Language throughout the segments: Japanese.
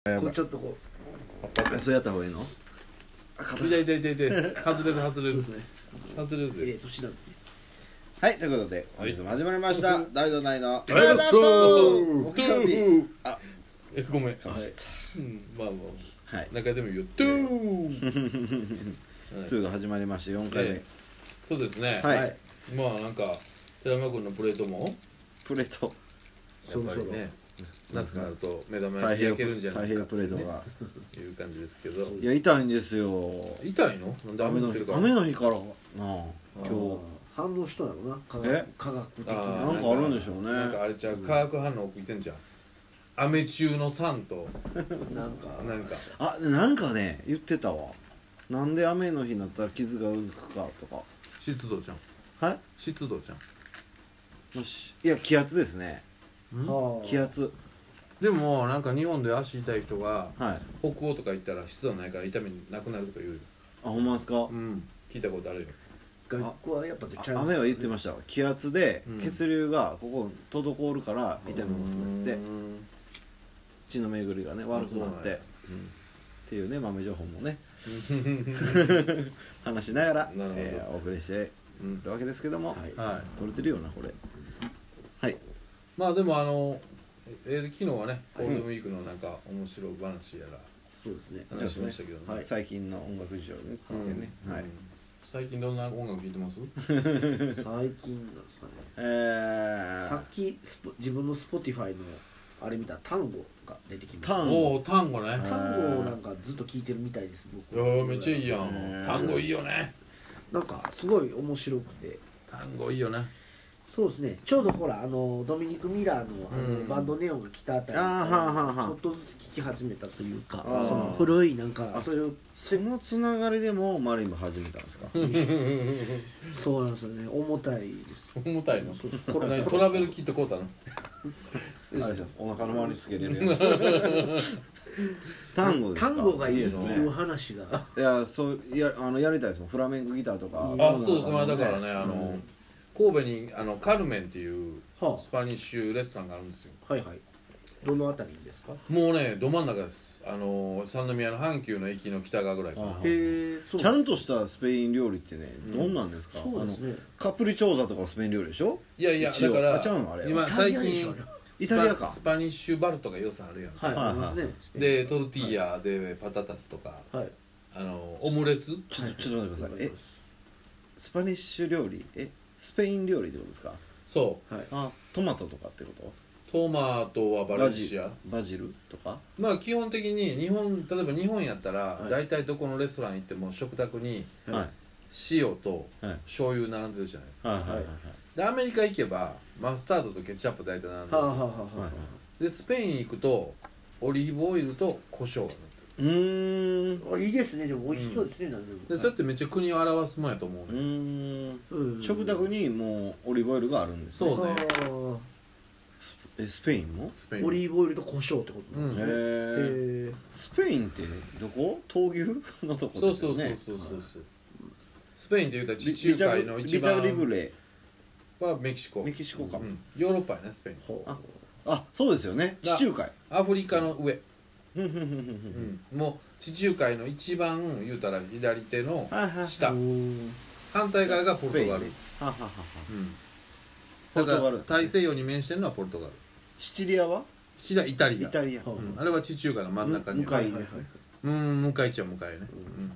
これちょっとこうそうやった方がいいの？ 痛い外れるそうですね。 外れるで年なんで。 はいということで本日も始まりました「大のないのありがとう木曜日」あごめんかましたまあはい中でも言うよトゥー 2が始まりまして4回目そうですねはいまあなんか寺山君のプレートもプレートやっぱりね夏になると目玉太焼き焼けるんじゃない平洋かプレートがいう感じですけどいや痛いんですよ痛いの？なんで雨降ってるから雨の日からなあ今日反応したんやろな。科学的あな。 なんかあるんでしょうねなんかあれちゃう化学反応起きてんじゃん雨中の酸となんかあなんかね言ってたわなんで雨の日になったら傷がうずくかとか湿度じゃんはい湿度じゃんもしいや気圧ですね気圧でもなんか日本で足痛い人がはい北欧とか行ったら湿度ないから痛みなくなるとか言うよあほんまですか聞いたことあるよ外国はやっぱちゃいます雨は言ってましたわ気圧でうん血流がここ滞るから痛みますんですってうん血の巡りがね悪くなってうんっていうね豆情報もね話しながらなるほどお送りしてうんるわけですけどもはいはい撮れてるよなこれはいまあでも昨日はねゴールデンウィークのなんか面白い話やらそうですね。 話しましたけどねはい最近の音楽事情についてねはい最近どんな音楽聴いてます？ 最近なんですかね。さっき自分の Spotify のあれ見たら単語が出てきました。 単語おお単語ね単語をなんかずっと聞いてるみたいです僕。 めっちゃいいやん単語いいよねなんかすごい面白くて。 単語いいよねそうですね。ちょうどほらドミニク・ミラーのバンドネオンが来たあたりからちょっとずつ聴き始めたというか、その古いなんかそういうそのつながりでもマリンバ始めたんですかそうなんですよね。重たいです。 重たいのこれトラベルキット買うたのあれでしょお腹の周りにつけれるやつ単語ですか単語がいいってですねいう話がいやそうやりたいですもんフラメンコギターとかそうですまあだからね神戸にカルメンっていうはスパニッシュレストランがあるんですよはいはい。どのあたりですか？ もうねど真ん中です三宮の阪急の駅の北側ぐらいかなあへえ。 ちゃんとしたスペイン料理ってねどんなんですかそうですね。 カプリチョーザとかはスペイン料理でしょいやいや一応だからあちゃうのあれ今イタ最リアでしょ近イタリアかスパニッシュバルとか良さあるやんはいありますね。 でトルティーヤでパタタスとかはい。 オムレツちょっと待ってくださいスパニッシュ料理スペイン料理ってことですかそうはい。 あトマトとかってことトマトはバレンシアバジルとかまあ基本的に例えば日本やったらはい大体どこのレストラン行っても食卓にはい塩とはい醤油並んでるじゃないですかはいはいはいでアメリカ行けばマスタードとケチャップ大体並んではあるんですよはあはあはでスペイン行くとオリーブオイルと胡椒が乗ってうあ。いいですね。でも美味しそうですね。なんでも。 るでそれってめっちゃ国を表すもんやと思うねうん食卓にもうオリーブオイルがあるんですねそうねスペインもスペインオリーブオイルと胡椒ってことなんですね。 へえへえ。 スペインってどこ闘牛のとこそうそうですよねそうスペインって言うたら地中海の一番リブレはメキシコメキシコかヨーロッパやねスペインあそうですよね地中海アフリカの上ふんふんふんふんもう地中海の一番言うたら左手の下うん反対側がポルトガルははははだかポルトガルら大西洋に面してるのはポルトガルシチリアは下イタリアイタリアあれは地中海の真ん中に向かいですね向かいっちゃ向かいね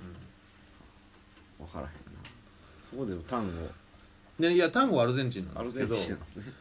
分からへんなそこでの単語でいや単語はアルゼンチンなアルんですけどゼンチンなんですね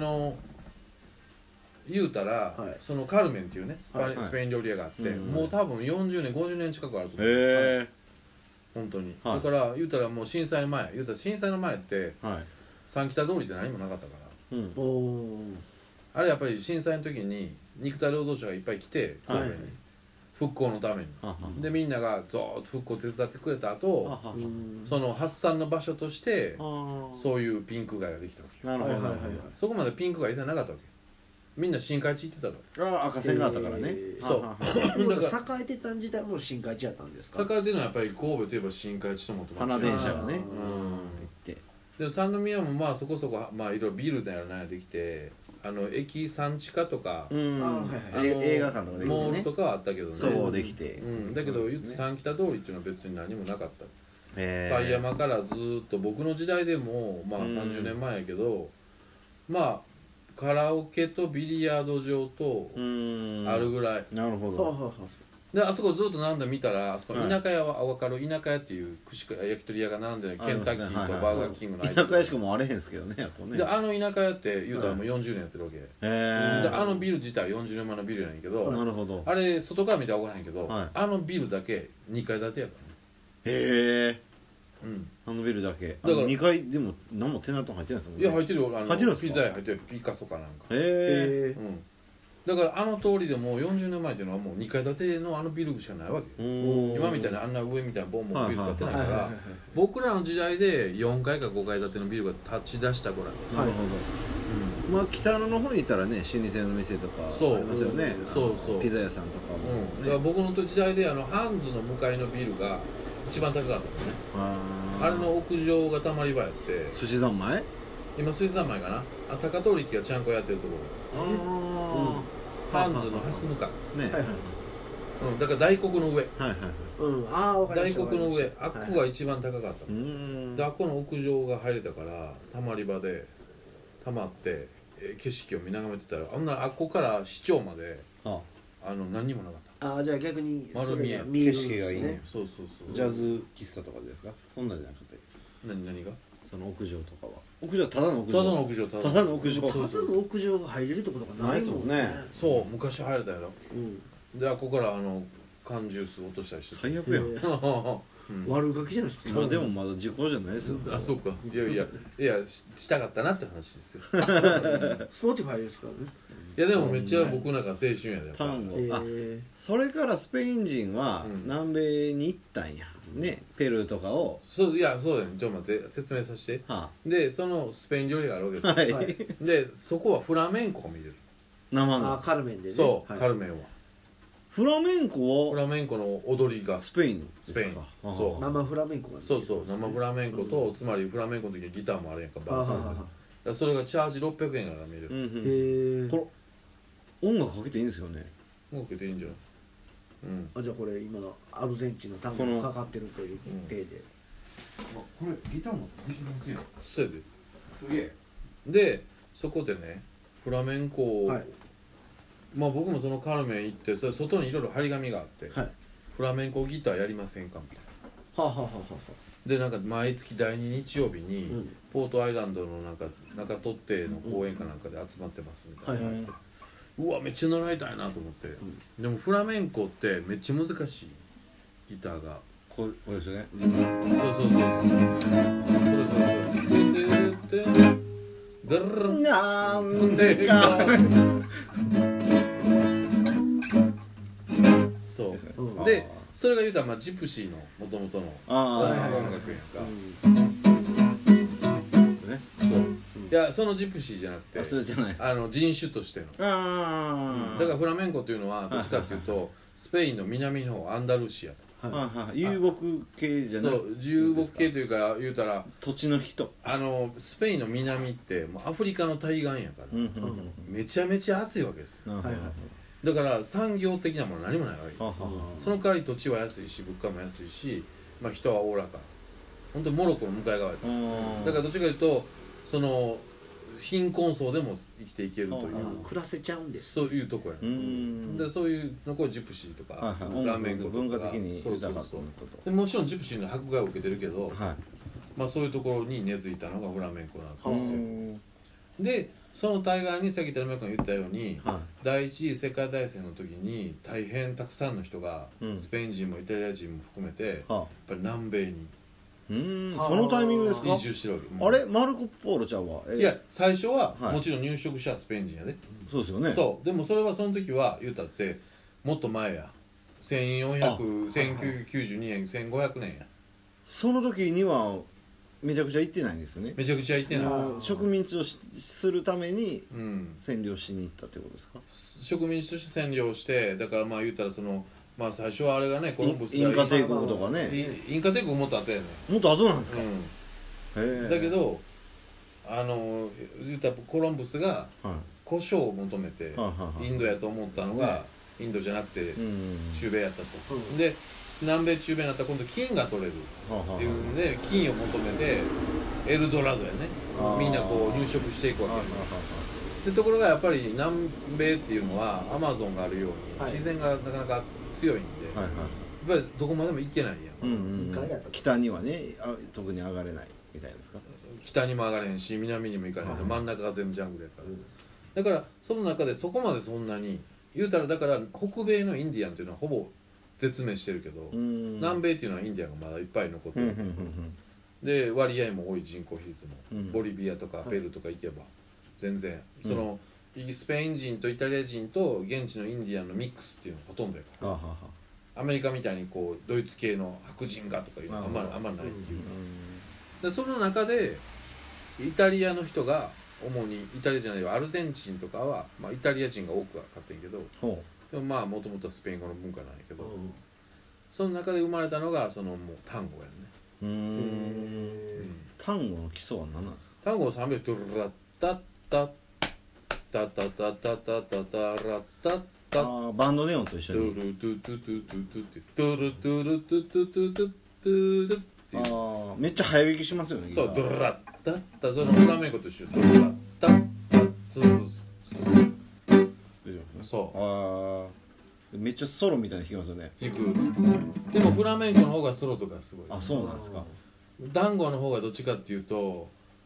言うたらはいそのカルメンっていうねはいスペイン料理屋があってうんもう多分40年50年近くあると思うへ本当にはいだから言うたらもう震災の前ってえはい三北通りって何もなかったからうんおお。 あれやっぱり震災の時に肉体労働者がいっぱい来て神戸に復興のためにははでみんながずーっと復興手伝ってくれた後ははその発散の場所としてはそういうピンク街ができたわけなるほどはいはいはいそこまでピンク街以前なかったわけみんな新海地行ってたか赤線があったからねそうはははということは栄えてたん自体も新海地やったんですか？ ら栄えてるのはやっぱり神戸といえば新海地ともと花電車がねうん行ってで三宮もまあそこそこまあいろいろビルだよなできて駅産地下とか映画館とかできてねモールとかはあったけどねそうできてだけど三北通りっていうのは別に何もなかったパイ山からずっと僕の時代でもまあ30年前やけどまあカラオケとビリヤード場とあるぐらいなるほどであそこずっと並んで見たらあそこ田舎屋は分かる田舎屋っていう串焼き鳥屋が並んでるケンタッキーとバーガーキングの田舎屋しかもあれへんすけどねで田舎屋って言うたらもう40年やってるわけでビル自体は40年前のビルやねんけどなるほどあれ外から見たら分からへんけどビルだけ2階建てやからねへえビルだけだから2階でも何もテナント入ってないんですもんねいや入ってるよ入ってるんですかピザ屋入ってるピカソかなんかへえだから通りでもう40年前っていうのはもう2階建てのビルしかないわけ今みたいなあんな上みたいなボンボンビル建ってないから僕らの時代で4階か5階建てのビルが立ち出したぐらいなるほどまあ北野の方にいたらね老舗の店とかありますよねピザ屋さんとかもだから僕の時代でハンズの向かいのビルが一番高かったのねあれの屋上がたまり場やって寿司三昧今寿司三昧かな高通力がちゃんこやってるところハンズのハス向かいねだから大黒の上大黒の上あっこが一番高かったであっこの屋上が入れたからたまり場でたまって景色を見眺めてたらあっこから市庁まで何にもなかったじゃあ逆に丸見え景色がいいねそうジャズ喫茶とかですかそんなんじゃなくて何がその屋上とかは屋上ただの屋上ただの屋上ただの屋上が入れるところがないもんねそう昔入れたやろでここから缶ジュース落としたりして最悪やん悪ガキじゃないですかでもまだ時効じゃないですよそうかいやしたかったなって話ですよスポーティファイですからねいやでもめっちゃ僕なんか青春やで単語それからスペイン人は南米に行ったんやねペルーとかをそうだねちょっと待って説明させてでそのスペイン料理があるわけですよでそこはフラメンコを見れる生のカルメンでねそうカルメンはフラメンコの踊りがスペインそう生フラメンコがそう生フラメンコとつまりフラメンコの時はギターもあるやんかバースそれがチャージ600円から見れるこれ音楽かけていいんですよね音楽かけていいんじゃないじゃあこれ今のアルゼンチンの単語がかかってるという体でこれギターもできますよそうやですげえでそこでねフラメンコをまあ僕もそのカルメン行ってそれ外にいろいろ張り紙があってフラメンコギターやりませんかみたいなでなんか毎月第2日曜日にポートアイランドのなんか中取っての公園かなんかで集まってますみたいなうわめっちゃ習いたいなと思ってでもフラメンコってめっちゃ難しいギターがこれですよねそうなんでかそうでそれが言うたらジプシーのもともとの音楽やんかいやそのジプシーじゃなくてそれじゃないです人種としてのだからフラメンコというのはどっちかっていうとスペインの南の方アンダルシア遊牧系じゃないそう遊牧系というか言うたら土地の人スペインの南ってアフリカの対岸やからめちゃめちゃ暑いわけですよだから産業的なもの何もないわけその代わり土地は安いし物価も安いし人はおおらか本当にモロッコの向かい側やだからどっちかというとその貧困層でも生きていけるという暮らせちゃうんですそういうとこやでそういうのこジプシーとかラーメンコとか文化的に豊かったともちろんジプシーの迫害を受けてるけどそういうところに根付いたのがフラメンコなんですよでその対岸にさっき田中君が言ったように第一次世界大戦の時に大変たくさんの人がスペイン人もイタリア人も含めてやっぱり南米にそのタイミングですか移住してるわけあれマルコ・ポーロちゃんはいや最初はもちろん入植者はスペイン人やでそうですよねそうでもそれはその時は言うたってもっと前や1992年1500年やその時にはめちゃくちゃ行ってないんですねめちゃくちゃ行ってない植民地をするために占領しに行ったってことですか植民地として占領してだから言うたらその最初はあれがねコロンブスがインカ帝国とかねインカ帝国もっと後やねもっと後なんですかだけど言うたらコロンブスが胡椒を求めてインドやと思ったのがインドじゃなくて中米やったと、で南米中米になったら今度金が取れるっていうんで金を求めてエルドラドやね、みんなこう入植していくわけやね。でところがやっぱり南米っていうのはアマゾンがあるように自然がなかなか強いんで、やっぱりどこまでも行けないやん、 北にはね特に上がれないみたいですか。 北にも上がれへんし南にも行かれへん、真ん中が全部ジャングルやから、だからその中でそこまでそんなに言うたら、だから北米のインディアンっていうのはほぼ絶命してるけど、南米っていうのはインディアンがまだいっぱい残ってる、で割合も多い人口比率も、ボリビアとかペルーとか行けば全然その、スペイン人とイタリア人と現地のインディアンのミックスっていうのがほとんどやから、アメリカみたいにこうドイツ系の白人がとかいうのはあんまないっていうか、でその中でイタリアの人が主にイタリアじゃないわアルゼンチンとかは、まあ、イタリア人が多くは勝ってんけど、でもまあもともとはスペイン語の文化なんやけど、その中で生まれたのがそのもう単語やね。 単語の基礎は何なんですか。 単語の3秒トゥルラッタッタッタタタタタタタラッタッタッ、 バンドネオンと一緒にトゥルトゥトゥトゥトゥトゥトゥルトゥルトゥトゥトゥトゥトゥトゥっていう、 めっちゃ早弾きしますよね。 そうドラッタッタ、そのフラメンコと一緒、ドラッタッタッ、 そうめっちゃソロみたいに弾きますよね。 弾く。でもフラメンコの方がソロとかすごい。 あ、そうなんですか。 ダンゴの方がどっちかっていうと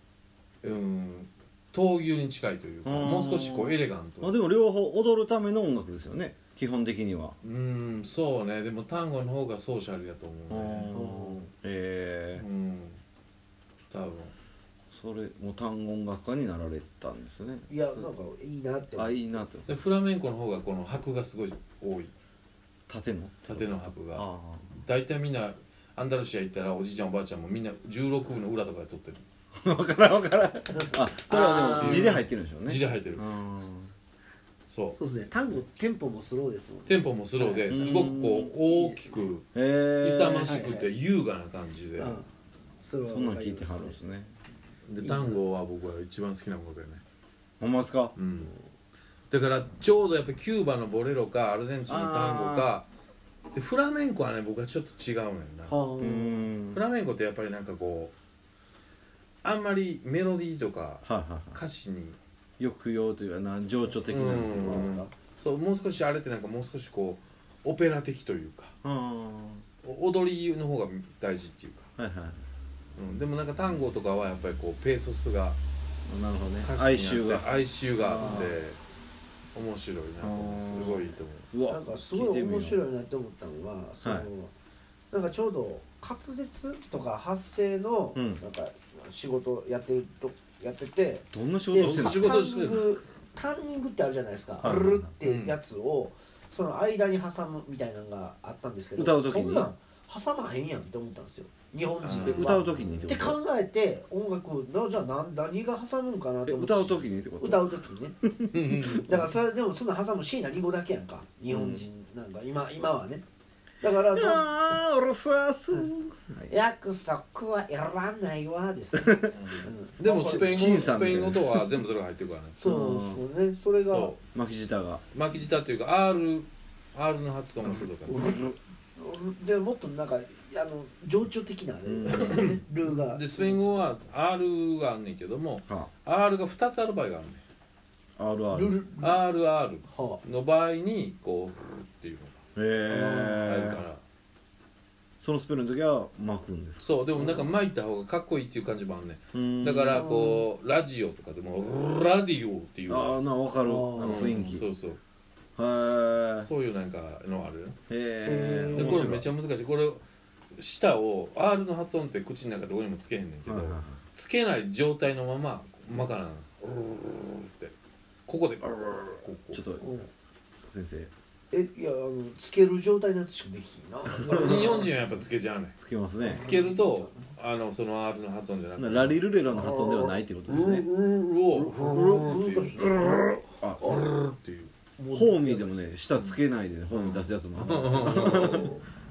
闘牛に近いというか、もう少しこうエレガント。 でも両方踊るための音楽ですよね、基本的には。 そうね。でも単語の方がソーシャルやと思うね。多分それも単語音楽家になられたんですね。 いや、なんかいいなって。 いいなって。 でフラメンコの方がこの拍がすごい多い。縦の拍が大体みんなアンダルシア行ったらおじいちゃんおばあちゃんもみんな16部の裏とかで撮ってる。 分からんそれはでも字で入ってるんでしょうね。 字で入ってる。 そうですね。単語テンポもスローですもんね。 テンポもスローですごくこう大きく勇ましくて優雅な感じで、 そんなん聞いてはるんですね。 で単語は僕は一番好きな音楽やね。 ほんまですか。 だからちょうどやっぱりキューバのボレロかアルゼンチンの単語かで、フラメンコはね僕はちょっと違うねんな。フラメンコってやっぱりなんかこうあんまりメロディーとか歌詞に抑揚というか情緒的なことですか。 そう、もう少しあれってなんかもう少しこうオペラ的というか踊りの方が大事っていうか、でもなんか単語とかはやっぱりこうペーソスが哀愁があって面白いなと、すごいいいと思う。 なんかすごい面白いなって思ったのは、なんかちょうど滑舌とか発声のなんか仕事やってて、 どんな仕事してる？ タンニングってあるじゃないですか。ルルってやつをその間に挟むみたいなのがあったんですけど、 歌う時にそんなん挟まへんやんって思ったんですよ。日本人は歌う時にって考えて音楽じゃあ何が挟むんかなと思って。 歌う時にってこと？ 歌う時にね。だからそれでもそんな挟む椎名林檎だけやんか。日本人なんか今はね。だから約束はいらないわです。 でもスペイン語とは全部それが入ってるからね。 そうね。それが巻き舌っていうか R の発音がするとかね。 でもっとなんか情緒的なですね。ルーがでスペイン語は R があんねんけども、R が2つある場合があるねん。RR の場合にこうっていうのがあるから、 そのスペルの時は巻くんですか。 そう、でもなんか巻いた方がかっこいいっていう感じもあるね。だからこうラジオとかでもラディオっていう、 分かる雰囲気。 そういうなんかのあるよ。でこれめっちゃ難しい。これ舌を R の発音って口の中で俺にもつけへんねんけど、つけない状態のまままかなってここでちょっと先生いやつける状態のやつしかできんな。 日本人はやっぱつけちゃうねん。 つけますね。 つけるとその R の発音じゃなくてラリルレロの発音ではないっていうことですね。 っていうホーミーでもね舌つけないでホーミー出すやつもあるんですよ。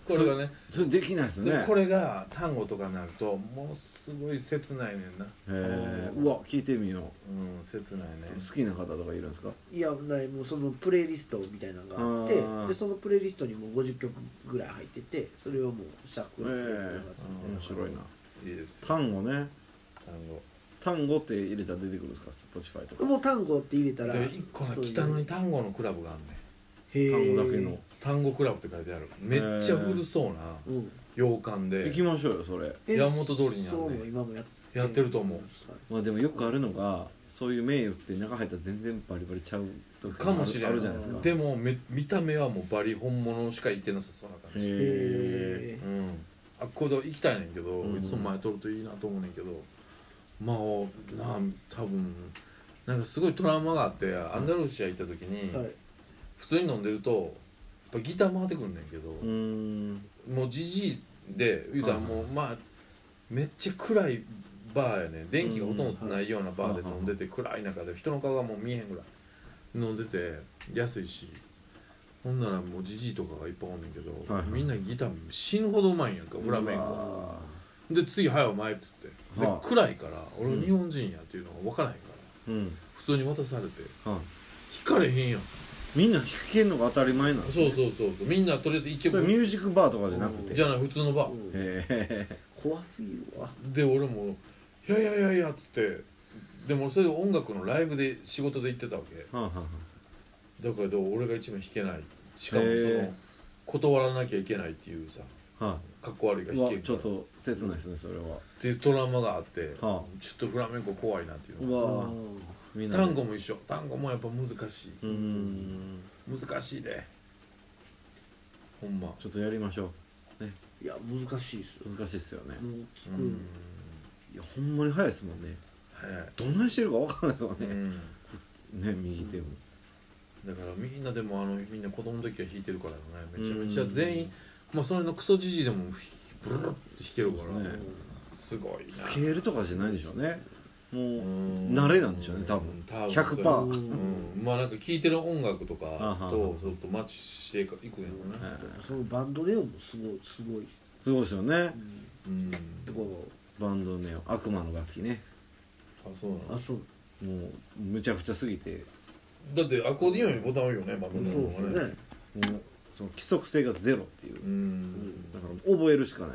これがねそれできないですね。 これが単語とかになるともうすごい切ないねんな。 うわ聞いてみよう。 切ないね。 好きな方とかいるんですか？ いやない、もうそのプレイリストみたいなのがあって、でそのプレイリストにも50曲ぐらい入ってて、それをもうシャッフルでやりますんで。 面白いな。 いいですよ。 単語ね。単語って入れたら出てくるんですか？ Spotify とか。 もう単語って入れたら 1個は北野に単語のクラブがあるね。 単語だけの単語クラブって書いてある。めっちゃ古そうな洋館で行きましょうよそれ。 山本通りにあるね。 今もやってると思う。 まあでもよくあるのがそういう名誉って中入ったら全然バリバリちゃう時かもしれない。 あるじゃないですか。 でも見た目はもうバリ本物しか行ってなさそうな感じ。あっこで行きたいねんけど、いつも前撮るといいなと思うねんけど、まあ多分なんかすごいトラウマがあって、アンダルシア行った時に、普通に飲んでるとやっぱギター回ってくんねんけど、もうジジイで言うたらもうまあめっちゃ暗いバーやねん。電気がほとんどないようなバーで飲んでて、暗い中で人の顔がもう見えへんぐらい飲んでて、安いし、ほんならもうジジイとかがいっぱいおんねんけど、みんなギター死ぬほどうまいんやんか、フラメンコで。次「はいお前」っつって、で暗いから俺日本人やっていうのが分からへんから、普通に渡されて弾かれへんやん。 みんな弾けんのが当たり前なんですね。 そうみんなとりあえず1曲。 それミュージックバーとかじゃなくてじゃない、普通のバー。 怖すぎるわ。 で俺も「いや」っつって、でもそれで音楽のライブで仕事で行ってたわけ。だから俺が一番弾けない、しかもその断らなきゃいけないっていうさ、かっこ悪いが弾けるから、 ちょっと切ないですねそれは。 っていうトラウマがあって、ちょっとフラメンコ怖いなっていうのが。単語も一緒。単語もやっぱ難しい。難しいで、ほんま。 ちょっとやりましょうね。 いや難しいっすよ。 難しいっすよね。いやほんまに早いですもんね。どんなにしてるか分かんないですもんね。ね、右手も。 だからみんなでもみんな子供の時は弾いてるからね、めちゃめちゃ全員、まあそれのクソじじいでもブルルって弾けるから、すごいな。 スケールとかじゃないでしょうね。もう慣れなんでしょうね多分。100%。 まあなんか聴いてる音楽とかとそれとマッチしていくんやろうね。 そのバンドネオンもすごいすごいですよね。バンドネオン、悪魔の楽器ね。 そうなの。 そう。 もうむちゃくちゃすぎて。 だってアコーディオンにボタン多いよね、バンドネオンはね。 もうその規則性がゼロっていう。だから覚えるしかない。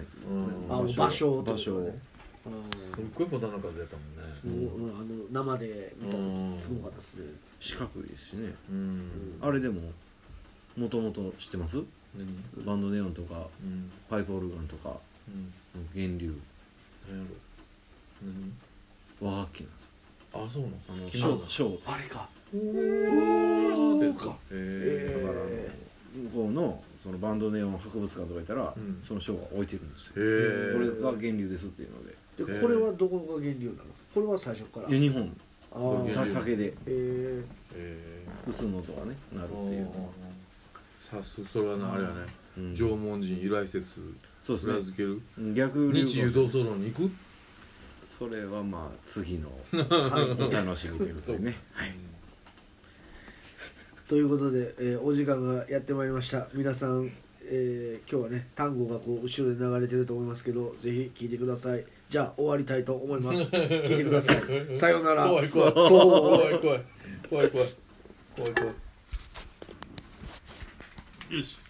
場所を。 すっごいボタンの数やったもんね。生で見た時すごかったですね。 四角いですしね。あれでももともと知ってます？バンドネオンとかパイプオルガンとか源流和楽器なんですよ。 あ、そうなの。 ショー。 あれか。 だから向こうのそのバンドネオン博物館とか行ったらそのショーが置いてるんですよ。これが源流ですっていうので。 これはどこが源流なの？これは最初から。 日本竹で複数の音がねなるっていう。 さすそれはあれやね。縄文人由来説裏付ける。 逆日湯道走路に行く？ それはまあ次のお楽しみということでね。 ということで、お時間がやってまいりました。皆さん、今日はね単語がこう後ろで流れてると思いますけど、ぜひ聞いてください。じゃあ終わりたいと思います。聞いてください。さようなら。怖い。よし。